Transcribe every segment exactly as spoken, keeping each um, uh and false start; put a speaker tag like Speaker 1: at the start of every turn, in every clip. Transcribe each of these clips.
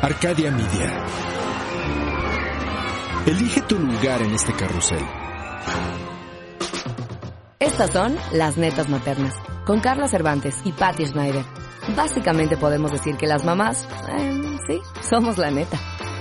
Speaker 1: Arcadia Media. Elige tu lugar en este carrusel.
Speaker 2: Estas son Las Netas Maternas, con Carla Cervantes y Patti Schneider. Básicamente podemos decir que las mamás, eh, sí, somos la neta.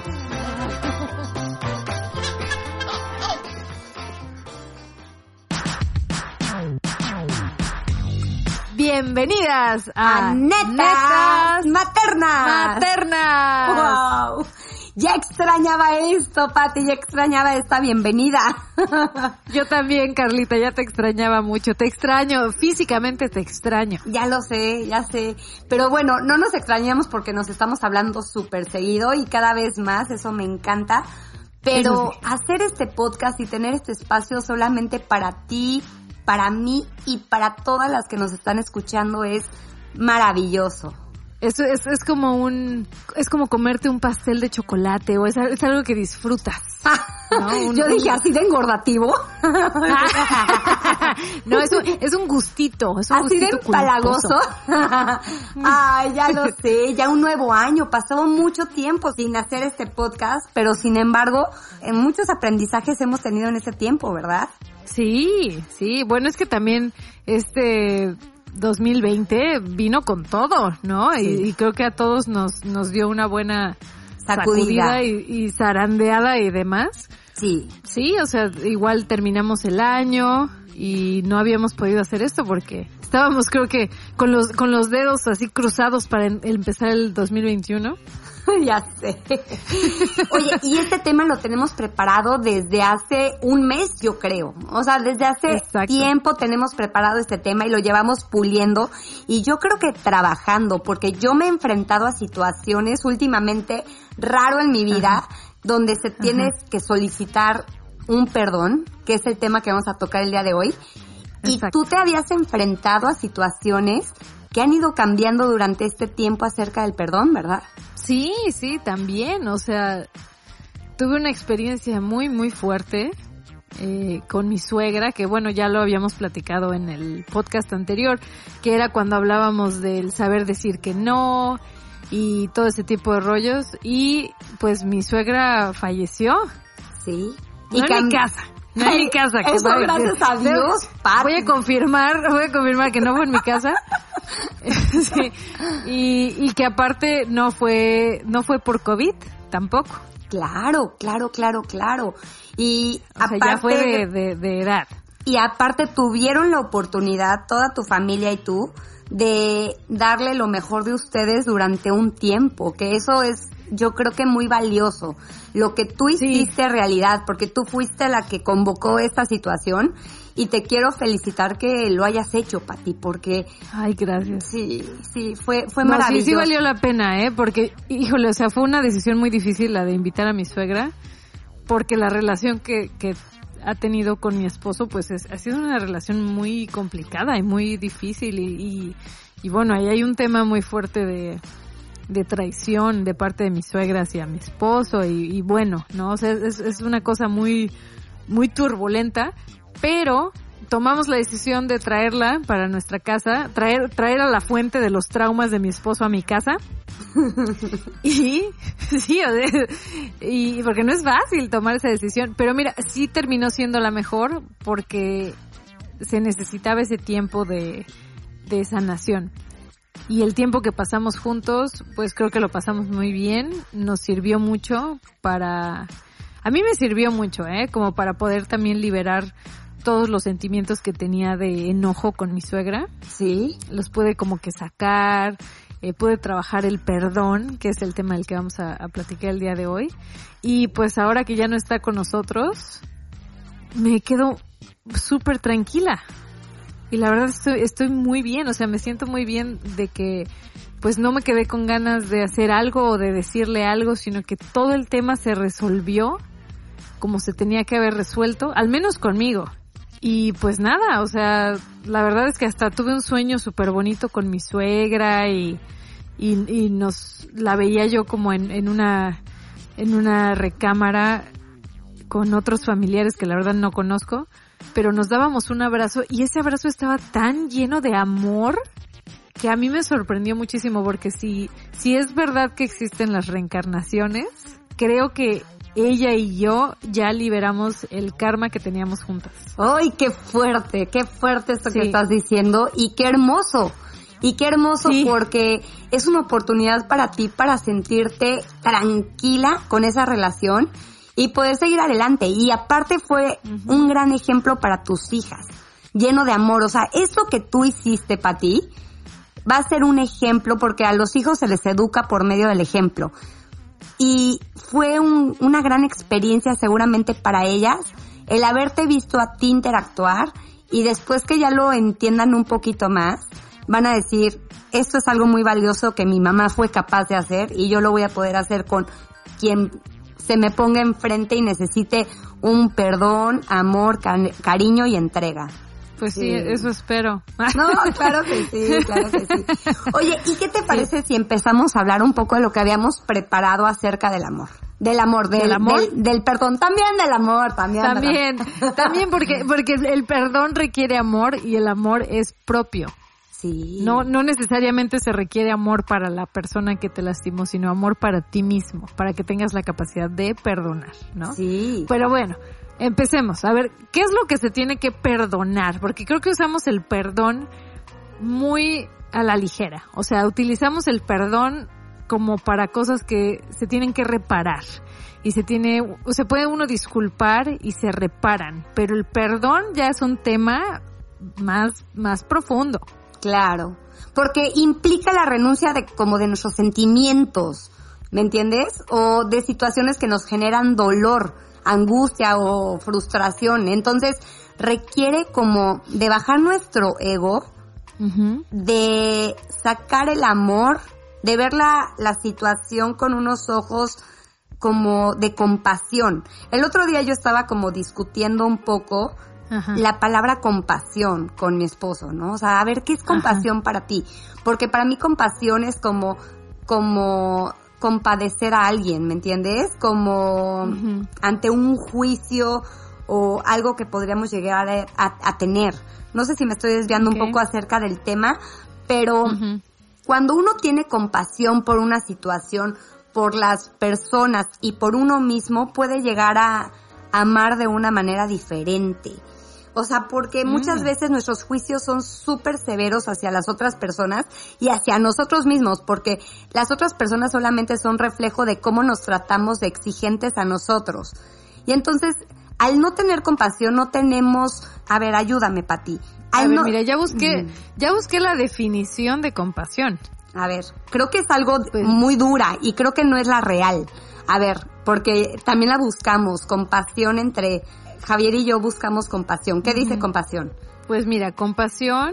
Speaker 3: Bienvenidas a,
Speaker 4: a Netas,
Speaker 3: Netas
Speaker 4: Maternas.
Speaker 3: Maternas.
Speaker 4: Wow. Ya extrañaba esto, Pati, ya extrañaba esta bienvenida.
Speaker 3: Yo también, Carlita, ya te extrañaba mucho. Te extraño, físicamente te extraño.
Speaker 4: Ya lo sé, ya sé. Pero bueno, no nos extrañamos porque nos estamos hablando súper seguido y cada vez más, eso me encanta. Pero sí, hacer este podcast y tener este espacio solamente para ti, para mí y para todas las que nos están escuchando es maravilloso.
Speaker 3: Es, es, es como un, es como comerte un pastel de chocolate o es, es algo que disfrutas. ¿No? Un,
Speaker 4: Yo dije así de engordativo.
Speaker 3: No, es un, es un gustito, es un
Speaker 4: así
Speaker 3: gustito
Speaker 4: de empalagoso. Ay, ya lo sé, ya un nuevo año, pasó mucho tiempo sin hacer este podcast, pero sin embargo, en muchos aprendizajes hemos tenido en ese tiempo, ¿verdad?
Speaker 3: Sí, sí, bueno, es que también este dos mil veinte vino con todo, ¿no? Sí. Y, y creo que a todos nos nos dio una buena
Speaker 4: sacudida,
Speaker 3: sacudida y, y zarandeada y demás.
Speaker 4: Sí.
Speaker 3: Sí, o sea, igual terminamos el año y no habíamos podido hacer esto porque estábamos, creo que, con los con los dedos así cruzados para en, empezar el dos mil veintiuno.
Speaker 4: Ya sé. Oye, y este tema lo tenemos preparado desde hace un mes, yo creo. O sea, desde hace Exacto. tiempo tenemos preparado este tema y lo llevamos puliendo. Y yo creo que trabajando, porque yo me he enfrentado a situaciones últimamente raro en mi vida, Ajá. donde se tiene Ajá. que solicitar un perdón, que es el tema que vamos a tocar el día de hoy. Exacto. Y tú te habías enfrentado a situaciones que han ido cambiando durante este tiempo acerca del perdón, ¿verdad?
Speaker 3: Sí, sí, también, o sea, tuve una experiencia muy, muy fuerte eh, con mi suegra, que bueno, ya lo habíamos platicado en el podcast anterior, que era cuando hablábamos del saber decir que no y todo ese tipo de rollos, y pues mi suegra falleció.
Speaker 4: Sí.
Speaker 3: Y no en mi casa. No en mi casa.
Speaker 4: Que Eso, gracias a Dios, Pati.
Speaker 3: Voy a confirmar, voy a confirmar que no fue en mi casa. Sí. Y, y que aparte no fue, no fue por COVID, tampoco.
Speaker 4: Claro, claro, claro, claro. Y
Speaker 3: o sea,
Speaker 4: aparte,
Speaker 3: ya fue de, de, de edad.
Speaker 4: Y aparte tuvieron la oportunidad, toda tu familia y tú, de darle lo mejor de ustedes durante un tiempo, que eso es, yo creo que muy valioso. Lo que tú hiciste sí. realidad, porque tú fuiste la que convocó esta situación y te quiero felicitar que lo hayas hecho, Pati, porque...
Speaker 3: Ay, gracias.
Speaker 4: Sí, sí, fue fue
Speaker 3: no,
Speaker 4: maravilloso.
Speaker 3: Sí, sí valió la pena, ¿eh? Porque, híjole, o sea, fue una decisión muy difícil la de invitar a mi suegra, porque la relación que, que ha tenido con mi esposo, pues es, ha sido una relación muy complicada y muy difícil y, y, y bueno, ahí hay un tema muy fuerte de... de traición de parte de mi suegra hacia mi esposo y, y bueno, ¿no? O sea, es, es una cosa muy, muy turbulenta, pero tomamos la decisión de traerla para nuestra casa, traer, traer a la fuente de los traumas de mi esposo a mi casa. Y, sí, o sea, y porque no es fácil tomar esa decisión, pero mira, sí terminó siendo la mejor porque se necesitaba ese tiempo de, de sanación. Y el tiempo que pasamos juntos, pues creo que lo pasamos muy bien, nos sirvió mucho para, a mí me sirvió mucho, eh, como para poder también liberar todos los sentimientos que tenía de enojo con mi suegra.
Speaker 4: Sí.
Speaker 3: Los pude como que sacar, eh, pude trabajar el perdón, que es el tema del que vamos a, a platicar el día de hoy. Y pues ahora que ya no está con nosotros, me quedo súper tranquila. Y la verdad estoy, estoy muy bien, o sea, me siento muy bien de que pues no me quedé con ganas de hacer algo o de decirle algo, sino que todo el tema se resolvió como se tenía que haber resuelto, al menos conmigo. Y pues nada, o sea, la verdad es que hasta tuve un sueño súper bonito con mi suegra y, y, y nos la veía yo como en, en una en una recámara con otros familiares que la verdad no conozco, pero nos dábamos un abrazo y ese abrazo estaba tan lleno de amor que a mí me sorprendió muchísimo, porque si, si es verdad que existen las reencarnaciones, creo que ella y yo ya liberamos el karma que teníamos juntas.
Speaker 4: ¡Ay, qué fuerte! ¡Qué fuerte esto
Speaker 3: Sí.
Speaker 4: que estás diciendo! Y qué hermoso. Y qué hermoso
Speaker 3: Sí.
Speaker 4: porque es una oportunidad para ti para sentirte tranquila con esa relación y poder seguir adelante. Y aparte fue uh-huh. un gran ejemplo para tus hijas, lleno de amor. O sea, eso que tú hiciste, Pati, va a ser un ejemplo, porque a los hijos se les educa por medio del ejemplo. Y fue un, una gran experiencia seguramente para ellas el haberte visto a ti interactuar, y después que ya lo entiendan un poquito más, van a decir, esto es algo muy valioso que mi mamá fue capaz de hacer y yo lo voy a poder hacer con quien se me ponga enfrente y necesite un perdón, amor, can- cariño y entrega.
Speaker 3: Pues sí, sí, eso espero.
Speaker 4: No, claro que sí, claro que sí. Oye, ¿y qué te parece sí. si empezamos a hablar un poco de lo que habíamos preparado acerca del amor? Del amor, del,
Speaker 3: ¿Del amor?
Speaker 4: Del, del perdón, también del amor, también.
Speaker 3: También, también porque, porque el perdón requiere amor y el amor es propio.
Speaker 4: Sí.
Speaker 3: No, no necesariamente se requiere amor para la persona que te lastimó, sino amor para ti mismo, para que tengas la capacidad de perdonar, ¿no?
Speaker 4: Sí.
Speaker 3: Pero bueno, empecemos. A ver, ¿qué es lo que se tiene que perdonar? Porque creo que usamos el perdón muy a la ligera. O sea, utilizamos el perdón como para cosas que se tienen que reparar. Y se tiene, o se puede uno disculpar y se reparan. Pero el perdón ya es un tema más, más profundo.
Speaker 4: Claro, porque implica la renuncia de como de nuestros sentimientos, ¿me entiendes? O de situaciones que nos generan dolor, angustia o frustración. Entonces requiere como de bajar nuestro ego, uh-huh. de sacar el amor, de ver la, la situación con unos ojos como de compasión. El otro día yo estaba como discutiendo un poco Ajá. la palabra compasión con mi esposo, ¿no? O sea, a ver, ¿qué es compasión Ajá. para ti? Porque para mí compasión es como, como compadecer a alguien, ¿me entiendes? Como uh-huh. ante un juicio o algo que podríamos llegar a, a, a tener. No sé si me estoy desviando okay. un poco acerca del tema, pero uh-huh. cuando uno tiene compasión por una situación, por las personas y por uno mismo, puede llegar a amar de una manera diferente. O sea, porque muchas mm. veces nuestros juicios son súper severos hacia las otras personas y hacia nosotros mismos, porque las otras personas solamente son reflejo de cómo nos tratamos de exigentes a nosotros. Y entonces, al no tener compasión, no tenemos... A ver, ayúdame, Pati.
Speaker 3: A ver,
Speaker 4: no...
Speaker 3: mira, ya busqué, mm. ya busqué la definición de compasión.
Speaker 4: A ver, creo que es algo pues... muy dura y creo que no es la real. A ver, porque también la buscamos, compasión entre... Javier y yo buscamos compasión. ¿Qué dice uh-huh. compasión?
Speaker 3: Pues mira, compasión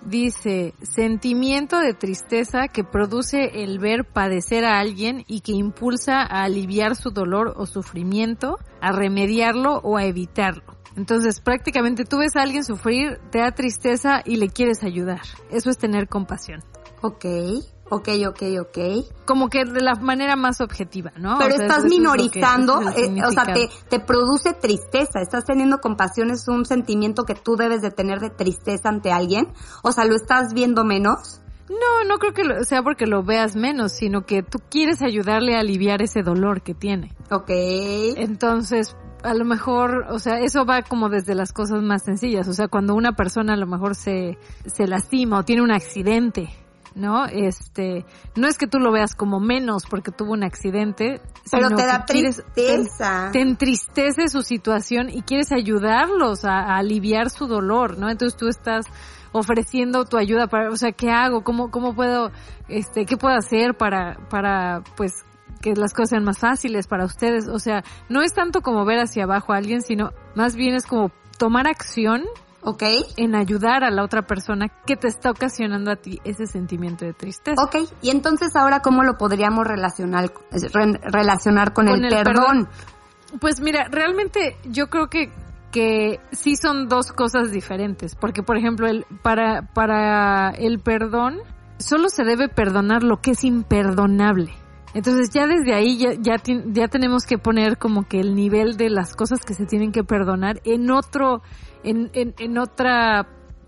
Speaker 3: dice sentimiento de tristeza que produce el ver padecer a alguien y que impulsa a aliviar su dolor o sufrimiento, a remediarlo o a evitarlo. Entonces, prácticamente tú ves a alguien sufrir, te da tristeza y le quieres ayudar. Eso es tener compasión.
Speaker 4: Ok. Ok, ok, ok.
Speaker 3: Como que de la manera más objetiva, ¿no?
Speaker 4: Pero
Speaker 3: o sea,
Speaker 4: estás
Speaker 3: eso,
Speaker 4: minorizando,
Speaker 3: eso es es
Speaker 4: eh, o sea, te, te produce tristeza. Estás teniendo compasión, es un sentimiento que tú debes de tener de tristeza ante alguien. O sea, ¿lo estás viendo menos?
Speaker 3: No, no creo que lo, sea porque lo veas menos, sino que tú quieres ayudarle a aliviar ese dolor que tiene.
Speaker 4: Ok.
Speaker 3: Entonces, a lo mejor, o sea, eso va como desde las cosas más sencillas. O sea, cuando una persona a lo mejor se, se lastima o tiene un accidente, ¿no? Este, no es que tú lo veas como menos porque tuvo un accidente,
Speaker 4: pero
Speaker 3: sino
Speaker 4: te da
Speaker 3: que quieres,
Speaker 4: tristeza.
Speaker 3: Te, te entristece su situación y quieres ayudarlos a, a aliviar su dolor, ¿no? Entonces tú estás ofreciendo tu ayuda para, o sea, ¿qué hago? ¿Cómo, cómo puedo, este, qué puedo hacer para, para, pues, que las cosas sean más fáciles para ustedes? O sea, no es tanto como ver hacia abajo a alguien, sino más bien es como tomar acción,
Speaker 4: okay,
Speaker 3: en ayudar a la otra persona que te está ocasionando a ti ese sentimiento de tristeza.
Speaker 4: Okay, y entonces ahora ¿cómo lo podríamos relacionar, re, relacionar con, con el, el perdón? perdón?
Speaker 3: Pues mira, realmente yo creo que que sí son dos cosas diferentes, porque por ejemplo, el para para el perdón solo se debe perdonar lo que es imperdonable. Entonces ya desde ahí ya, ya, ya tenemos que poner como que el nivel de las cosas que se tienen que perdonar en otro, en, en, en otra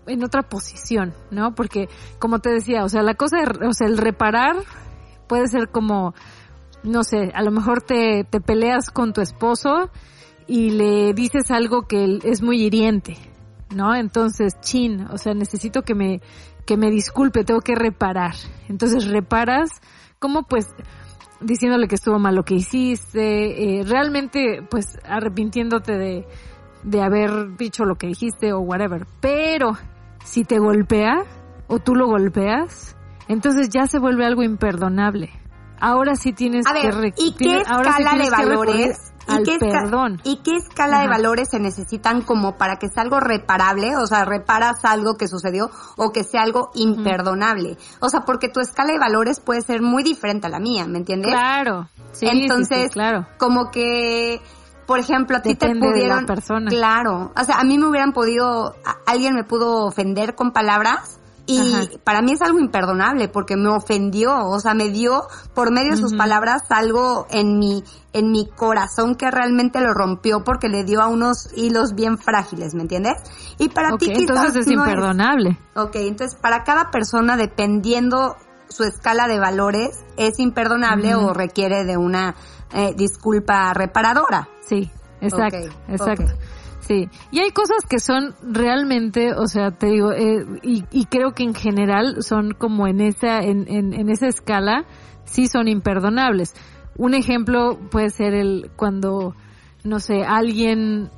Speaker 3: en otra posición, ¿no? Porque, como te decía, o sea, la cosa, de, o sea, el reparar puede ser como, no sé, a lo mejor te, te peleas con tu esposo y le dices algo que es muy hiriente, ¿no? Entonces, chin, o sea, necesito que me, que me disculpe, tengo que reparar. Entonces, reparas, como pues, diciéndole que estuvo mal lo que hiciste, eh, realmente, pues, arrepintiéndote de, de haber dicho lo que dijiste o whatever. Pero, si te golpea, o tú lo golpeas, entonces ya se vuelve algo imperdonable. Ahora sí tienes
Speaker 4: a ver,
Speaker 3: que... Re-
Speaker 4: ¿y qué
Speaker 3: tienes,
Speaker 4: escala
Speaker 3: sí
Speaker 4: de valores?
Speaker 3: Al
Speaker 4: ¿Y qué,
Speaker 3: perdón.
Speaker 4: ¿Y qué escala
Speaker 3: Ajá.
Speaker 4: de valores se necesitan como para que sea algo reparable? O sea, reparas algo que sucedió o que sea algo imperdonable. Uh-huh. O sea, porque tu escala de valores puede ser muy diferente a la mía, ¿me entiendes?
Speaker 3: Claro. Sí,
Speaker 4: Entonces,
Speaker 3: sí, sí, claro.
Speaker 4: como que, por ejemplo, a ti
Speaker 3: Depende
Speaker 4: te pudieron...
Speaker 3: de la persona.
Speaker 4: Claro. O sea, a mí me hubieran podido... Alguien me pudo ofender con palabras. Y Ajá. para mí es algo imperdonable porque me ofendió, o sea, me dio por medio de sus uh-huh. palabras algo en mi en mi corazón que realmente lo rompió porque le dio a unos hilos bien frágiles, ¿me entiendes? Y para
Speaker 3: okay,
Speaker 4: ti quizás
Speaker 3: entonces es
Speaker 4: no
Speaker 3: imperdonable.
Speaker 4: Es. Ok, entonces para cada persona, dependiendo su escala de valores, es imperdonable uh-huh. o requiere de una eh, disculpa reparadora.
Speaker 3: Sí, exacto, okay, exacto. Okay. Sí, y hay cosas que son realmente, o sea, te digo, eh, y, y creo que en general son como en esa, en, en, en esa escala, sí son imperdonables. Un ejemplo puede ser el cuando, no sé, alguien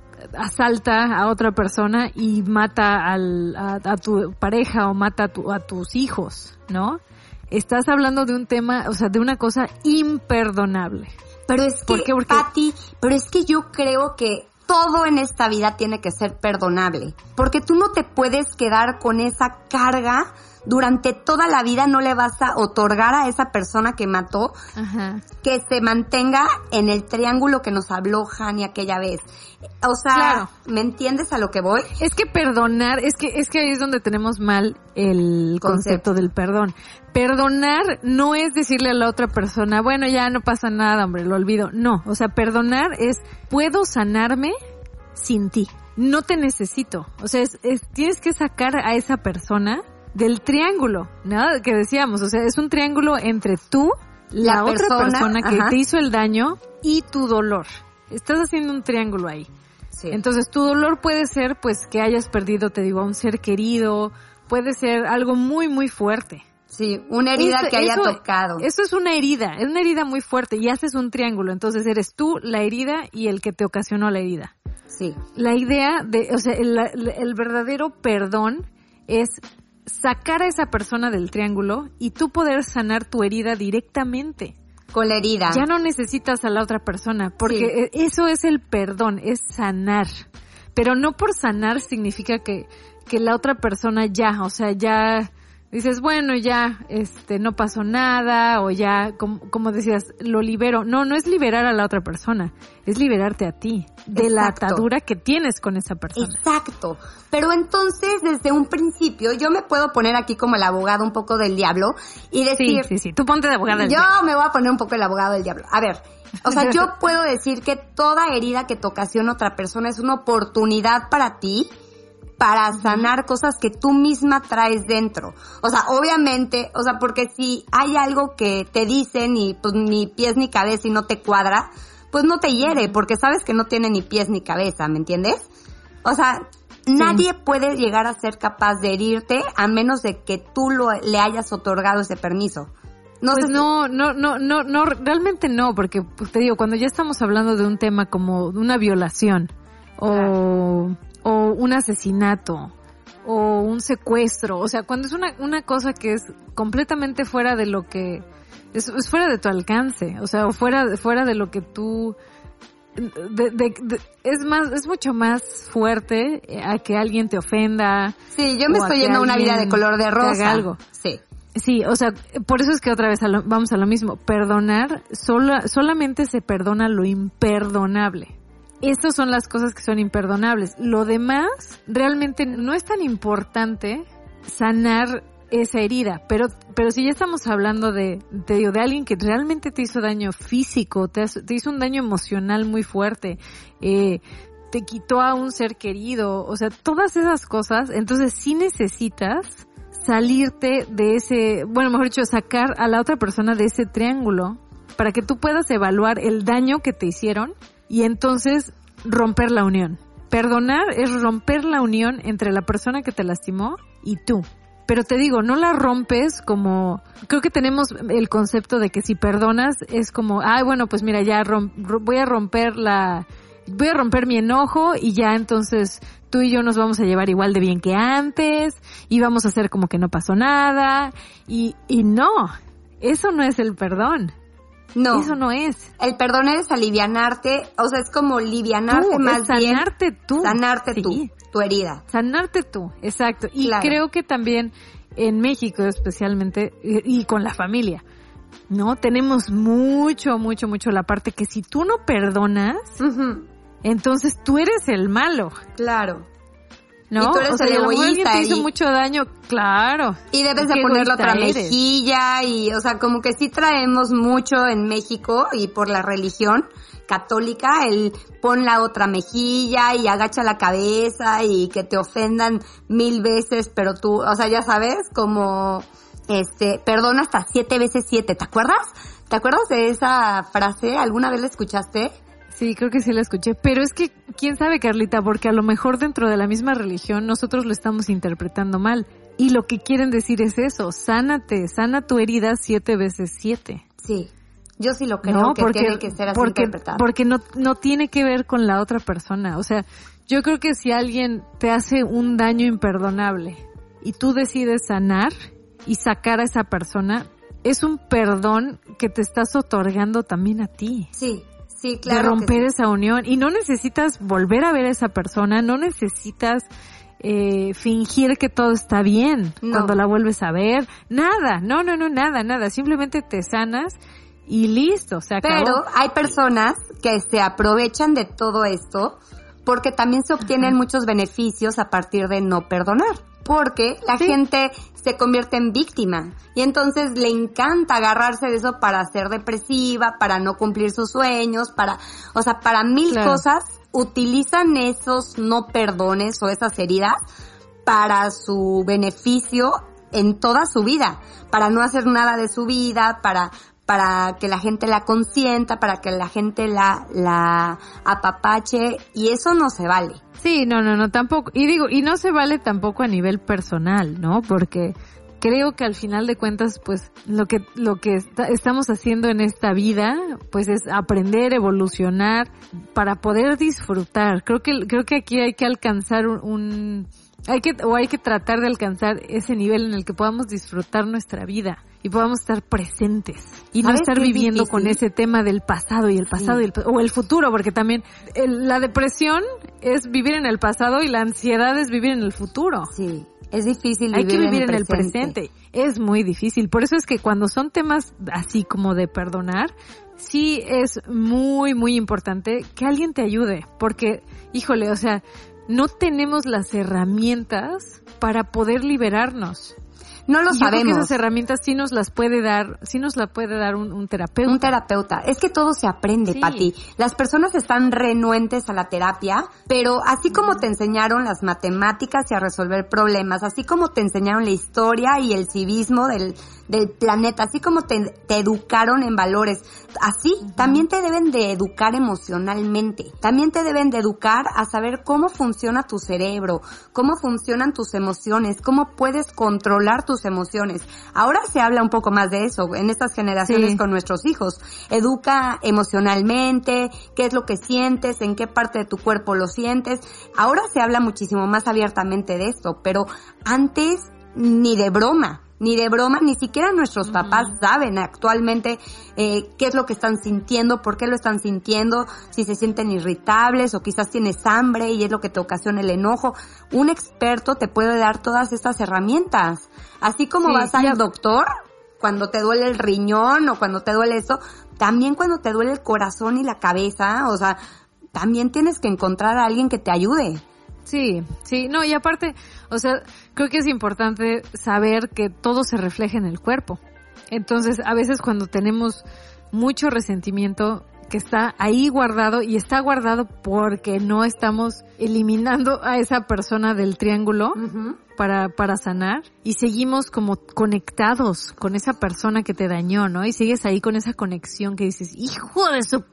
Speaker 3: asalta a otra persona y mata al, a, a tu pareja o mata a, tu, a tus hijos, ¿no? Estás hablando de un tema, o sea, de una cosa imperdonable.
Speaker 4: Pero es que, ¿Por qué? Porque... Pati, pero es que yo creo que todo en esta vida tiene que ser perdonable, porque tú no te puedes quedar con esa carga durante toda la vida. No le vas a otorgar a esa persona que mató Ajá. que se mantenga en el triángulo que nos habló Hani aquella vez. O sea, claro. ¿me entiendes a lo que voy?
Speaker 3: Es que perdonar, es que es que ahí es donde tenemos mal el concepto, concepto del perdón. Perdonar no es decirle a la otra persona, bueno, ya no pasa nada, hombre, lo olvido. No, o sea, perdonar es, puedo sanarme sin ti. No te necesito. O sea, es, es, tienes que sacar a esa persona del triángulo, ¿no? Que decíamos, o sea, es un triángulo entre tú, la, la otra persona, persona que ajá. te hizo el daño y tu dolor. Estás haciendo un triángulo ahí. Sí. Entonces, tu dolor puede ser, pues, que hayas perdido, te digo, a un ser querido, puede ser algo muy, muy fuerte.
Speaker 4: Sí, una herida eso, que haya
Speaker 3: eso,
Speaker 4: tocado.
Speaker 3: Eso es una herida, es una herida muy fuerte y haces un triángulo. Entonces, eres tú, la herida y el que te ocasionó la herida.
Speaker 4: Sí.
Speaker 3: La idea de, o sea, el, el verdadero perdón es sacar a esa persona del triángulo y tú poder sanar tu herida directamente.
Speaker 4: Con la herida.
Speaker 3: Ya no necesitas a la otra persona, porque sí. eso es el perdón, es sanar. Pero no por sanar significa que, que la otra persona ya, o sea, ya dices, bueno, ya, este, no pasó nada, o ya, como, como decías, lo libero. No, no es liberar a la otra persona, es liberarte a ti, de Exacto. la atadura que tienes con esa persona.
Speaker 4: Exacto. Pero entonces, desde un principio, yo me puedo poner aquí como el abogado un poco del diablo y decir...
Speaker 3: Sí, sí, sí, tú ponte de abogado del
Speaker 4: yo
Speaker 3: diablo.
Speaker 4: Yo me voy a poner un poco el abogado del diablo. A ver, o sea, yo puedo decir que toda herida que te ocasiona otra persona es una oportunidad para ti para sanar cosas que tú misma traes dentro. O sea, obviamente, o sea, porque si hay algo que te dicen y pues ni pies ni cabeza y no te cuadra, pues no te hiere, porque sabes que no tiene ni pies ni cabeza, ¿me entiendes? O sea, sí. nadie puede llegar a ser capaz de herirte a menos de que tú lo, le hayas otorgado ese permiso.
Speaker 3: No pues sé no, si... no, no, no, no, realmente no, porque pues te digo, cuando ya estamos hablando de un tema como una violación o... Claro. o un asesinato, o un secuestro, o sea, cuando es una una cosa que es completamente fuera de lo que, es, es fuera de tu alcance, o sea, o fuera, fuera de lo que tú, de, de, de, es más, es mucho más fuerte a que alguien te ofenda.
Speaker 4: Sí, yo me estoy yendo a una vida de color de rosa.
Speaker 3: Algo.
Speaker 4: Sí.
Speaker 3: Sí, o sea, por eso es que otra vez a lo, vamos a lo mismo, perdonar, solo, solamente se perdona lo imperdonable. Estas son las cosas que son imperdonables. Lo demás, realmente no es tan importante sanar esa herida. Pero pero si ya estamos hablando de, te digo, de alguien que realmente te hizo daño físico, te, te hizo un daño emocional muy fuerte, eh, te quitó a un ser querido, o sea, todas esas cosas, entonces sí necesitas salirte de ese, bueno, mejor dicho, sacar a la otra persona de ese triángulo para que tú puedas evaluar el daño que te hicieron y entonces romper la unión. Perdonar es romper la unión entre la persona que te lastimó y tú. Pero te digo, no la rompes como... Creo que tenemos el concepto de que si perdonas es como, ay, bueno, pues mira, ya rom- voy a romper la... Voy a romper mi enojo y ya entonces tú y yo nos vamos a llevar igual de bien que antes y vamos a hacer como que no pasó nada. Y, y no, eso no es el perdón.
Speaker 4: No.
Speaker 3: Eso no es.
Speaker 4: El perdón es alivianarte, o sea, es como livianarte
Speaker 3: tú,
Speaker 4: más
Speaker 3: es sanarte
Speaker 4: bien.
Speaker 3: tú.
Speaker 4: Sanarte
Speaker 3: sí.
Speaker 4: tú, tu herida.
Speaker 3: Sanarte tú, exacto. Y
Speaker 4: claro.
Speaker 3: creo que también en México especialmente, y, y con la familia, ¿no? Tenemos mucho, mucho, mucho la parte que si tú no perdonas, uh-huh. entonces tú eres el malo.
Speaker 4: Claro.
Speaker 3: ¿No?
Speaker 4: Y tú eres
Speaker 3: o sea,
Speaker 4: el egoísta.
Speaker 3: Alguien te hizo
Speaker 4: y,
Speaker 3: mucho daño, claro.
Speaker 4: Y debes de poner la otra
Speaker 3: eres?
Speaker 4: mejilla y, o sea, como que sí traemos mucho en México y por la religión católica, el pon la otra mejilla y agacha la cabeza y que te ofendan mil veces, pero tú, o sea, ya sabes, como, este, perdona hasta siete veces siete, ¿te acuerdas? ¿Te acuerdas de esa frase? ¿Alguna vez la escuchaste?
Speaker 3: Sí, creo que sí la escuché, pero es que, quién sabe, Carlita, porque a lo mejor dentro de la misma religión nosotros lo estamos interpretando mal. Y lo que quieren decir es eso, sánate, sana tu herida siete veces siete.
Speaker 4: Sí, yo sí lo creo
Speaker 3: no,
Speaker 4: que
Speaker 3: porque,
Speaker 4: tiene que ser así
Speaker 3: porque,
Speaker 4: interpretado.
Speaker 3: Porque no, no tiene que ver con la otra persona, o sea, yo creo que si alguien te hace un daño imperdonable y tú decides sanar y sacar a esa persona, es un perdón que te estás otorgando también a ti.
Speaker 4: Sí. Sí, claro.
Speaker 3: De romper
Speaker 4: que sí.
Speaker 3: esa unión. Y no necesitas volver a ver a esa persona, no necesitas eh, fingir que todo está bien no. cuando la vuelves a ver. Nada, no, no, no, nada, nada. Simplemente te sanas y listo, se acabó.
Speaker 4: Pero hay personas que se aprovechan de todo esto porque también se obtienen Ajá. muchos beneficios a partir de no perdonar. Porque la sí. gente se convierte en víctima y entonces le encanta agarrarse de eso para ser depresiva, para no cumplir sus sueños, para, o sea, para mil claro. cosas. Utilizan esos no perdones o esas heridas para su beneficio en toda su vida, para no hacer nada de su vida, para para que la gente la consienta, para que la gente la la apapache, y eso no se vale.
Speaker 3: Sí, no, no, no, tampoco. Y digo, y no se vale tampoco a nivel personal, ¿no? Porque creo que al final de cuentas, pues, lo que lo que está, estamos haciendo en esta vida, pues, es aprender, evolucionar, para poder disfrutar. Creo que creo que aquí hay que alcanzar un, un hay que o hay que tratar de alcanzar ese nivel en el que podamos disfrutar nuestra vida y podamos estar presentes y no estar viviendo difícil? Con ese tema del pasado y el pasado sí. y el, o el futuro, porque también el, la depresión es vivir en el pasado y la ansiedad es vivir en el futuro.
Speaker 4: Sí, es difícil vivir,
Speaker 3: Hay que vivir
Speaker 4: en, el,
Speaker 3: en el presente. Es muy difícil. Por eso es que cuando son temas así como de perdonar, sí es muy, muy importante que alguien te ayude, porque, híjole, o sea, no tenemos las herramientas para poder liberarnos.
Speaker 4: No lo
Speaker 3: y
Speaker 4: sabemos.
Speaker 3: Yo creo que esas herramientas sí nos las puede dar, sí nos las puede dar un, un terapeuta.
Speaker 4: Un terapeuta. Es que todo se aprende, sí. Pati. Las personas están renuentes a la terapia, pero así como te enseñaron las matemáticas y a resolver problemas, así como te enseñaron la historia y el civismo del, del planeta, así como te, te educaron en valores, así uh-huh. también te deben de educar emocionalmente. También te deben de educar a saber cómo funciona tu cerebro, cómo funcionan tus emociones, cómo puedes controlar tus emociones. Ahora se habla un poco más de eso en estas generaciones sí. con nuestros hijos. Educa emocionalmente, qué es lo que sientes, en qué parte de tu cuerpo lo sientes. Ahora se habla muchísimo más abiertamente de esto, pero antes ni de broma. Ni de broma, ni siquiera nuestros papás uh-huh. saben actualmente eh, qué es lo que están sintiendo, por qué lo están sintiendo, si se sienten irritables o quizás tienes hambre y es lo que te ocasiona el enojo. Un experto te puede dar todas estas herramientas. Así como sí, vas al ya. doctor cuando te duele el riñón o cuando te duele eso, también cuando te duele el corazón y la cabeza, o sea, también tienes que encontrar a alguien que te ayude.
Speaker 3: Sí, sí, no, y aparte, o sea, creo que es importante saber que todo se refleja en el cuerpo. Entonces, a veces cuando tenemos mucho resentimiento, que está ahí guardado y está guardado porque no estamos eliminando a esa persona del triángulo uh-huh. para para sanar y seguimos como conectados con esa persona que te dañó, ¿no? Y sigues ahí con esa conexión que dices, hijo de su...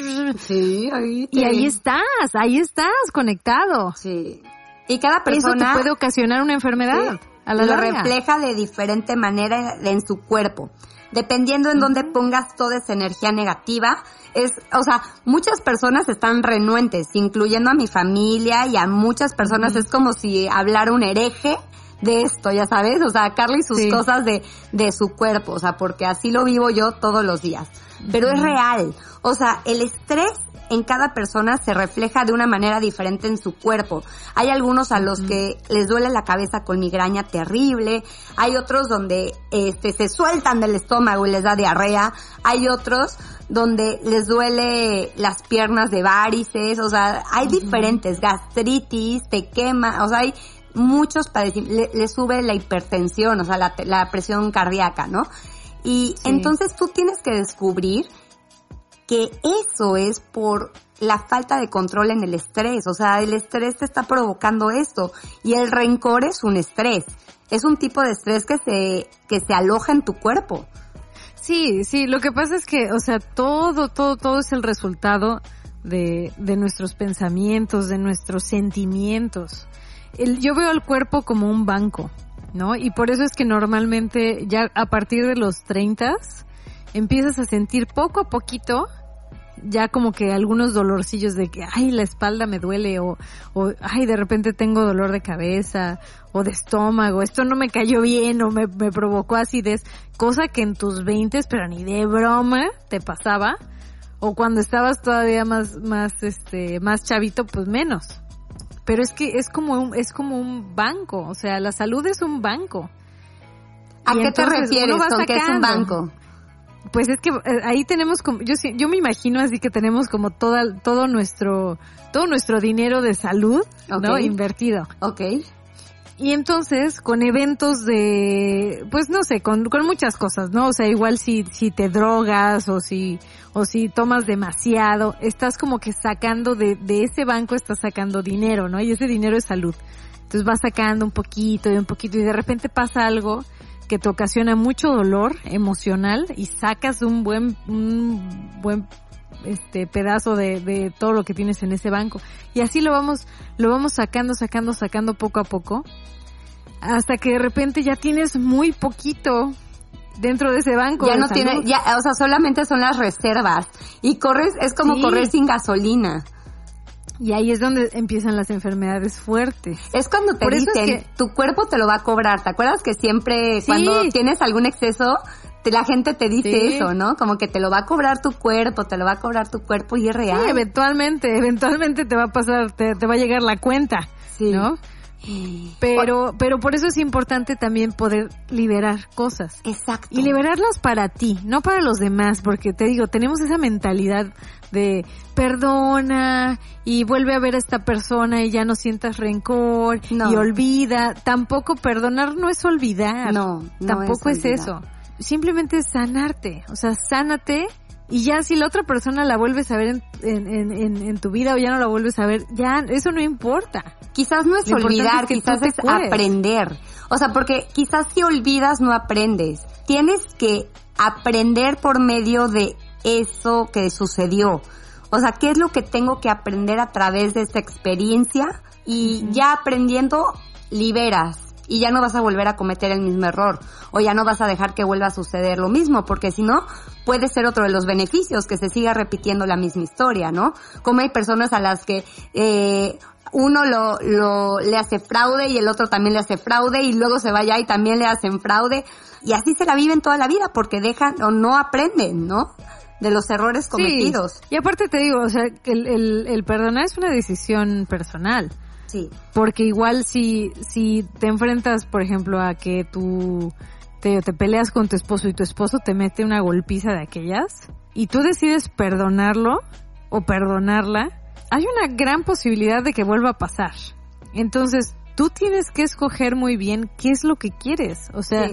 Speaker 4: Sí, ahí te...
Speaker 3: Y ahí estás, ahí estás conectado.
Speaker 4: Sí. Y cada persona...
Speaker 3: Eso te puede ocasionar una enfermedad.
Speaker 4: Sí,
Speaker 3: a la
Speaker 4: lo
Speaker 3: larga.
Speaker 4: refleja de diferente manera en su cuerpo. Dependiendo en uh-huh. dónde pongas toda esa energía negativa, es, o sea, muchas personas están renuentes, incluyendo a mi familia y a muchas personas. Uh-huh. Es como si hablara un hereje de esto, ya sabes, o sea, Carla y sus sí. cosas de, de su cuerpo, o sea, porque así lo vivo yo todos los días. Pero uh-huh. es real, o sea, el estrés en cada persona se refleja de una manera diferente en su cuerpo. Hay algunos a los uh-huh. que les duele la cabeza con migraña terrible, hay otros donde este se sueltan del estómago y les da diarrea, hay otros donde les duele las piernas de varices, o sea, hay uh-huh. diferentes, gastritis, te quema, o sea, hay muchos padecimientos, le, le sube la hipertensión, o sea, la, la presión cardíaca, ¿no? Y sí. entonces tú tienes que descubrir que eso es por la falta de control en el estrés, o sea, el estrés te está provocando esto, y el rencor es un estrés, es un tipo de estrés que se, que se aloja en tu cuerpo.
Speaker 3: Sí, sí, lo que pasa es que, o sea, todo, todo, todo es el resultado de, de nuestros pensamientos, de nuestros sentimientos. El, yo veo el cuerpo como un banco, ¿no? Y por eso es que normalmente ya a partir de los treinta empiezas a sentir poco a poquito ya como que algunos dolorcillos de que, ay, la espalda me duele, o, o, ay, de repente tengo dolor de cabeza, o de estómago, esto no me cayó bien, o me, me provocó acidez, cosa que en tus veintes, pero ni de broma, te pasaba, o cuando estabas todavía más, más, este, más chavito, pues menos. Pero es que es como un, es como un banco, o sea, la salud es un banco.
Speaker 4: ¿A qué te refieres con que es un banco?
Speaker 3: Pues es que ahí tenemos como, yo yo me imagino así que tenemos como toda, todo nuestro, todo nuestro dinero de salud, okay, ¿no? Invertido.
Speaker 4: Okay.
Speaker 3: Y entonces, con eventos de, pues no sé, con, con muchas cosas, ¿no? O sea, igual si, si te drogas o si, o si tomas demasiado, estás como que sacando de, de ese banco, estás sacando dinero, ¿no? Y ese dinero es salud. Entonces vas sacando un poquito y un poquito y de repente pasa algo que te ocasiona mucho dolor emocional y sacas un buen, un buen, este, pedazo de, de todo lo que tienes en ese banco. Y así lo vamos, lo vamos sacando, sacando, sacando poco a poco, hasta que de repente ya tienes muy poquito dentro de ese banco.
Speaker 4: Ya no tiene, ya, o sea, solamente son las reservas. Y corres, es como sí. correr sin gasolina.
Speaker 3: Y ahí es donde empiezan las enfermedades fuertes.
Speaker 4: Es cuando te Por dicen, es que... tu cuerpo te lo va a cobrar. ¿Te acuerdas que siempre sí. cuando tienes algún exceso, te, la gente te dice sí. eso, ¿no? Como que te lo va a cobrar tu cuerpo, te lo va a cobrar tu cuerpo y es real.
Speaker 3: Sí, eventualmente, eventualmente te va a pasar, te, te va a llegar la cuenta, sí. ¿no? Pero, pero por eso es importante también poder liberar cosas.
Speaker 4: Exacto.
Speaker 3: Y liberarlas para ti, no para los demás, porque te digo, tenemos esa mentalidad de perdona y vuelve a ver a esta persona y ya no sientas rencor no. y olvida. Tampoco perdonar no es olvidar.
Speaker 4: No, no
Speaker 3: tampoco es,
Speaker 4: es
Speaker 3: eso. Simplemente es sanarte, o sea, sánate. Y ya si la otra persona la vuelves a ver en, en, en, en tu vida o ya no la vuelves a ver, ya eso no importa.
Speaker 4: Quizás no es Lo olvidar, es quizás es cueres. aprender. O sea, porque quizás si olvidas no aprendes. Tienes que aprender por medio de eso que sucedió. O sea, ¿qué es lo que tengo que aprender a través de esta experiencia? Y uh-huh. ya aprendiendo, liberas. Y ya no vas a volver a cometer el mismo error. O ya no vas a dejar que vuelva a suceder lo mismo. Porque si no, puede ser otro de los beneficios, que se siga repitiendo la misma historia, ¿no? Como hay personas a las que eh, uno lo, lo le hace fraude y el otro también le hace fraude y luego se va allá y también le hacen fraude. Y así se la viven toda la vida porque dejan o no aprenden, ¿no? De los errores cometidos.
Speaker 3: Sí. Y aparte te digo, o sea, el, el, el perdonar es una decisión personal.
Speaker 4: Sí.
Speaker 3: Porque igual si si te enfrentas, por ejemplo, a que tú te, te peleas con tu esposo y tu esposo te mete una golpiza de aquellas y tú decides perdonarlo o perdonarla, hay una gran posibilidad de que vuelva a pasar. Entonces, tú tienes que escoger muy bien qué es lo que quieres. O sea, sí.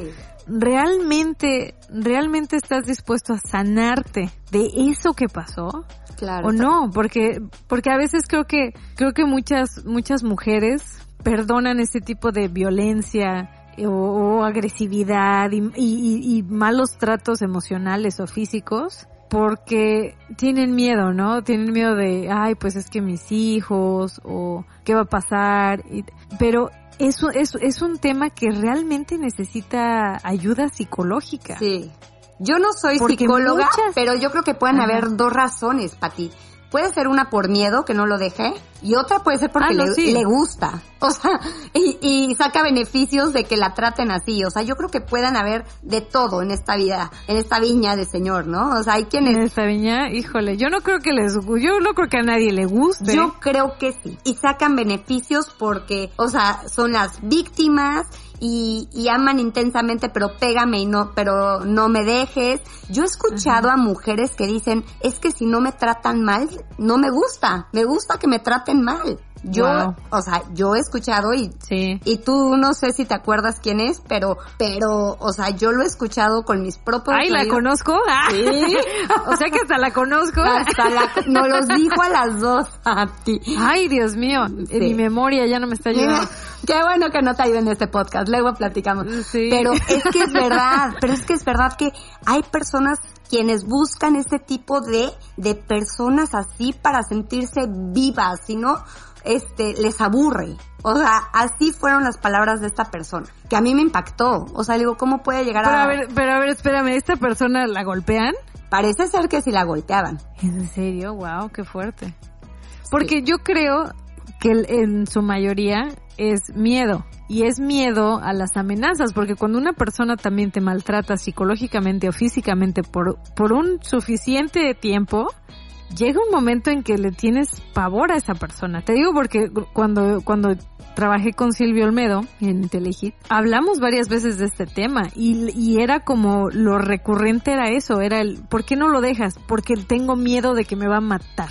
Speaker 3: ¿realmente, realmente estás dispuesto a sanarte de eso que pasó?
Speaker 4: Claro.
Speaker 3: O no, porque, porque a veces creo que, creo que muchas, muchas mujeres perdonan este tipo de violencia o, o agresividad y, y, y malos tratos emocionales o físicos porque tienen miedo, ¿no? Tienen miedo de, ay, pues es que mis hijos o qué va a pasar. Y, pero eso es, es un tema que realmente necesita ayuda psicológica.
Speaker 4: Sí. Yo no soy
Speaker 3: Porque
Speaker 4: psicóloga,
Speaker 3: muchas...
Speaker 4: pero yo creo que pueden
Speaker 3: Ajá.
Speaker 4: haber dos razones, Pati. Puede ser una por miedo, que no lo deje, y otra puede ser porque
Speaker 3: ah, no,
Speaker 4: le,
Speaker 3: sí.
Speaker 4: le gusta. O sea, y, y saca beneficios de que la traten así. O sea, yo creo que puedan haber de todo en esta vida, en esta viña del Señor, ¿no? O sea, hay quienes...
Speaker 3: En esta viña, híjole, yo no creo que les... Yo no creo que a nadie le guste.
Speaker 4: Yo creo que sí. Y sacan beneficios porque, o sea, son las víctimas... Y, y aman intensamente, pero pégame y no, pero no me dejes. Yo he escuchado uh-huh. a mujeres que dicen, es que si no me tratan mal, no me gusta, me gusta que me traten mal. Yo, wow. o sea, yo he escuchado y,
Speaker 3: sí.
Speaker 4: y tú no sé si te acuerdas quién es, pero, pero, o sea, yo lo he escuchado con mis propios
Speaker 3: Ay, ¿la conozco? Ah.
Speaker 4: Sí.
Speaker 3: O sea que hasta la conozco.
Speaker 4: Hasta la, nos los dijo a las dos a ti.
Speaker 3: Ay, Dios mío, sí. Mi memoria ya no me está ayudando.
Speaker 4: Qué bueno que no te ayude en este podcast, luego platicamos.
Speaker 3: Sí.
Speaker 4: Pero es que es verdad, pero es que es verdad que hay personas quienes buscan este tipo de, de personas así para sentirse vivas, si no, este, les aburre. O sea, así fueron las palabras de esta persona, que a mí me impactó. O sea, digo, ¿cómo puede llegar
Speaker 3: pero
Speaker 4: a...?
Speaker 3: a ver, pero a ver, espérame, ¿esta persona la golpean?
Speaker 4: Parece ser que sí la golpeaban.
Speaker 3: ¿En serio? Wow, qué fuerte. Porque sí. Yo creo que en su mayoría es miedo. Y es miedo a las amenazas, porque cuando una persona también te maltrata psicológicamente o físicamente por, por un suficiente tiempo, llega un momento en que le tienes pavor a esa persona. Te digo porque cuando, cuando trabajé con Silvio Olmedo en Telehit, hablamos varias veces de este tema y, y era como lo recurrente era eso, era el, ¿por qué no lo dejas? Porque tengo miedo de que me va a matar.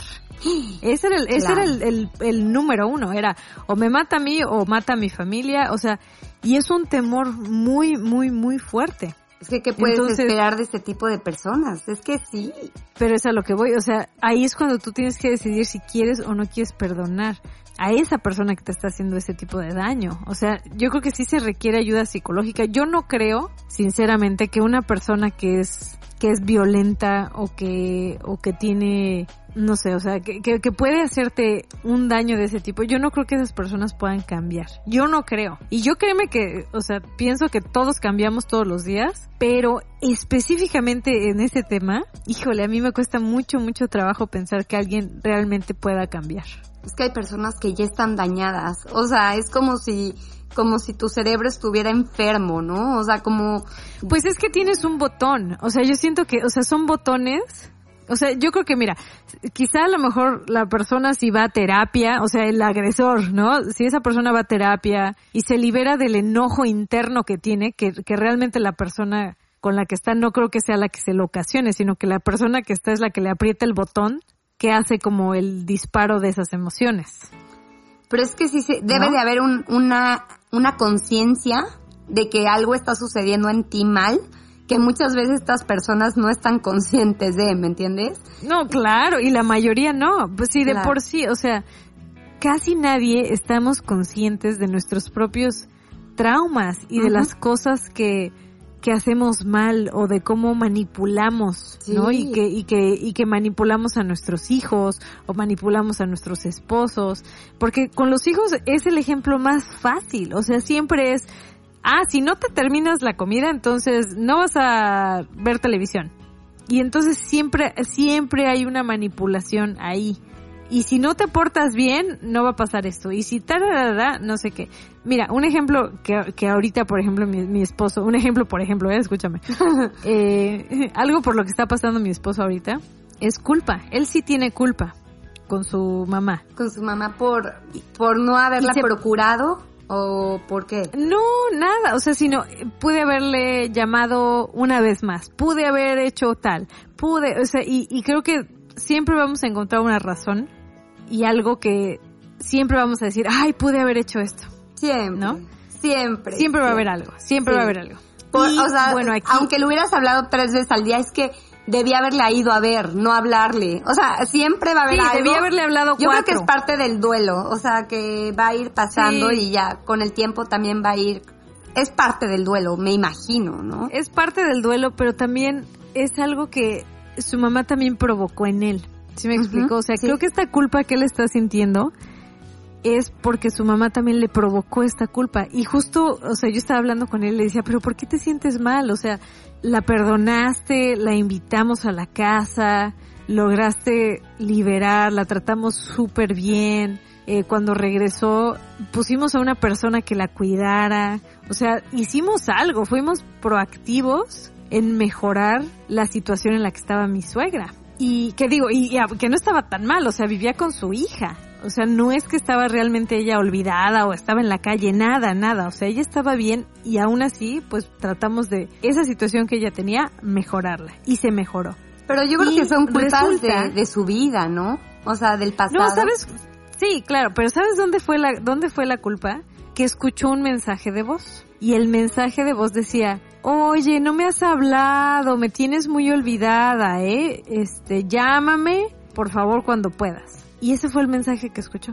Speaker 3: Ese era el, ese claro. era el, el, el número uno, era o me mata a mí o mata a mi familia, o sea, y es un temor muy, muy, muy fuerte.
Speaker 4: Es que, ¿qué puedes Entonces, esperar de este tipo de personas? Es que sí.
Speaker 3: Pero es a lo que voy, o sea, ahí es cuando tú tienes que decidir si quieres o no quieres perdonar a esa persona que te está haciendo ese tipo de daño. O sea, yo creo que sí se requiere ayuda psicológica. Yo no creo, sinceramente, que una persona que es que es violenta o que o que tiene, no sé, o sea, que, que, que puede hacerte un daño de ese tipo, yo no creo que esas personas puedan cambiar. Yo no creo. Y yo créeme que, o sea, pienso que todos cambiamos todos los días, pero específicamente en ese tema, híjole, a mí me cuesta mucho, mucho trabajo pensar que alguien realmente pueda cambiar.
Speaker 4: Es que hay personas que ya están dañadas. O sea, es como si... como si tu cerebro estuviera enfermo, ¿no? O sea, como...
Speaker 3: Pues es que tienes un botón. O sea, yo siento que, o sea, son botones. O sea, yo creo que, mira, quizá a lo mejor la persona si va a terapia, o sea, el agresor, ¿no? Si esa persona va a terapia y se libera del enojo interno que tiene, que, que realmente la persona con la que está no creo que sea la que se lo ocasione, sino que la persona que está es la que le aprieta el botón que hace como el disparo de esas emociones.
Speaker 4: Pero es que sí se, debe ¿no? de haber un, una, una conciencia de que algo está sucediendo en ti mal, que muchas veces estas personas no están conscientes de, ¿me entiendes?
Speaker 3: No, claro, y la mayoría no. Pues sí, de claro. por sí, o sea, casi nadie estamos conscientes de nuestros propios traumas y uh-huh. de las cosas que... que hacemos mal o de cómo manipulamos, sí. ¿no? Y que, y que, y que manipulamos a nuestros hijos o manipulamos a nuestros esposos. Porque con los hijos es el ejemplo más fácil. O sea, siempre es, ah, si no te terminas la comida, entonces no vas a ver televisión. Y entonces siempre, siempre hay una manipulación ahí. Y si no te portas bien, no va a pasar esto. Y si tararara, no sé qué. Mira, un ejemplo que, que ahorita, por ejemplo, mi, mi esposo, un ejemplo, por ejemplo, eh, escúchame. eh, algo por lo que está pasando mi esposo ahorita es culpa. Él sí tiene culpa con su mamá.
Speaker 4: ¿Con su mamá por, por no haberla se... procurado? ¿O por qué?
Speaker 3: No, nada. O sea, sino pude haberle llamado una vez más. Pude haber hecho tal. Pude, o sea, y, y creo que siempre vamos a encontrar una razón y algo que siempre vamos a decir, ay, pude haber hecho esto.
Speaker 4: Siempre,
Speaker 3: ¿no?
Speaker 4: Siempre.
Speaker 3: Siempre va a haber algo, siempre sí. va a haber algo.
Speaker 4: Por,
Speaker 3: y,
Speaker 4: o sea,
Speaker 3: bueno, aquí,
Speaker 4: aunque le hubieras hablado tres veces al día, es que debía haberla ido a ver, no hablarle. O sea, siempre va a haber
Speaker 3: sí,
Speaker 4: algo.
Speaker 3: debía haberle hablado
Speaker 4: Yo
Speaker 3: cuatro.
Speaker 4: creo que es parte del duelo, o sea, que va a ir pasando
Speaker 3: sí.
Speaker 4: y ya con el tiempo también va a ir. Es parte del duelo, me imagino, ¿no?
Speaker 3: Es parte del duelo, pero también es algo que su mamá también provocó en él. ¿Sí me explico? Uh-huh, o sea, sí. Creo que esta culpa que él está sintiendo es porque su mamá también le provocó esta culpa. Y justo, o sea, yo estaba hablando con él y le decía, pero ¿por qué te sientes mal? O sea, la perdonaste, la invitamos a la casa, lograste liberar, la tratamos súper bien. Eh, cuando regresó, pusimos a una persona que la cuidara. O sea, hicimos algo, fuimos proactivos en mejorar la situación en la que estaba mi suegra. Y que digo, y, y que no estaba tan mal, o sea, vivía con su hija. O sea, no es que estaba realmente ella olvidada o estaba en la calle, nada, nada. O sea, ella estaba bien y aún así, pues tratamos de esa situación que ella tenía, mejorarla. Y se mejoró.
Speaker 4: Pero yo creo
Speaker 3: y
Speaker 4: que son culpas
Speaker 3: resulta,
Speaker 4: de, de su vida, ¿no? O sea, del pasado.
Speaker 3: No, ¿sabes? Sí, claro, pero ¿sabes dónde fue la, dónde fue la culpa? Que escuchó un mensaje de voz. Y el mensaje de voz decía, oye, no me has hablado, me tienes muy olvidada, ¿eh? Este, llámame, por favor, cuando puedas. Y ese fue el mensaje que escuchó.